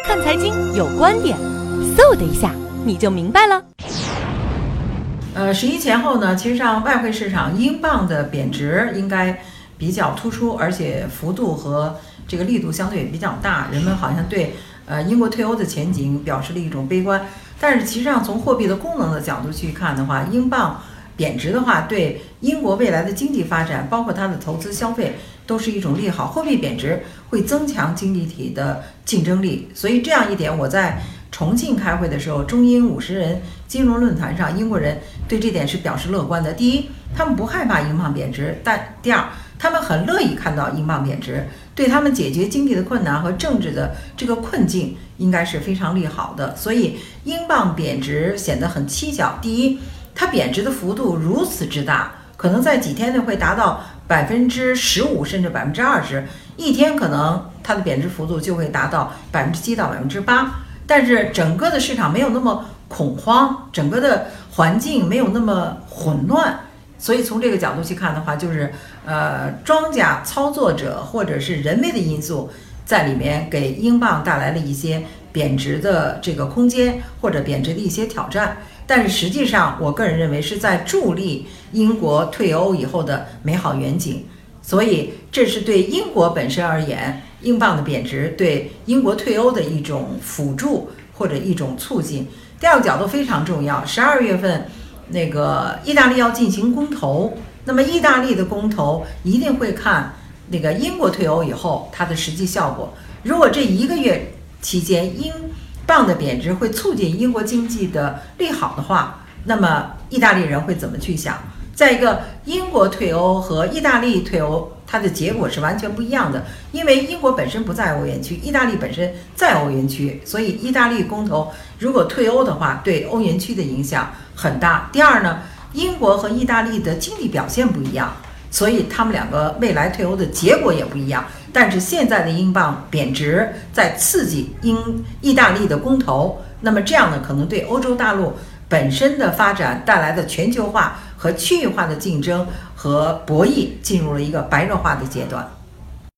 看财经有观点，嗖的一下你就明白了。 11前后呢，其实上外汇市场英镑的贬值应该比较突出，而且幅度和这个力度相对比较大，人们好像对英国退欧的前景表示了一种悲观。但是其实上从货币的功能的角度去看的话，英镑贬值的话，对英国未来的经济发展，包括它的投资消费，都是一种利好。货币贬值会增强经济体的竞争力，所以这样一点，我在重庆开会的时候，中英50人金融论坛上，英国人对这点是表示乐观的。第一，他们不害怕英镑贬值；但第二，他们很乐意看到英镑贬值，对他们解决经济的困难和政治的这个困境应该是非常利好的。所以英镑贬值显得很蹊跷。第一，它贬值的幅度如此之大，可能在几天内会达到15%甚至20%，一天可能它的贬值幅度就会达到7%到8%。但是整个的市场没有那么恐慌，整个的环境没有那么混乱，所以从这个角度去看的话，就是庄家操作者或者是人为的因素在里面给英镑带来了一些贬值的这个空间，或者贬值的一些挑战。但是实际上我个人认为是在助力英国退欧以后的美好远景，所以这是对英国本身而言，英镑的贬值对英国退欧的一种辅助或者一种促进。第二个角度非常重要，12月份那个意大利要进行公投，那么意大利的公投一定会看那个英国退欧以后它的实际效果。如果这1个月期间英镑的贬值会促进英国经济的利好的话，那么意大利人会怎么去想？再一个，英国退欧和意大利退欧，它的结果是完全不一样的，因为英国本身不在欧元区，意大利本身在欧元区，所以意大利公投如果退欧的话，对欧元区的影响很大。第二呢，英国和意大利的经济表现不一样，所以他们两个未来退欧的结果也不一样。但是现在的英镑贬值在刺激意大利的公投，那么这样呢，可能对欧洲大陆本身的发展带来的全球化和区域化的竞争和博弈进入了一个白热化的阶段。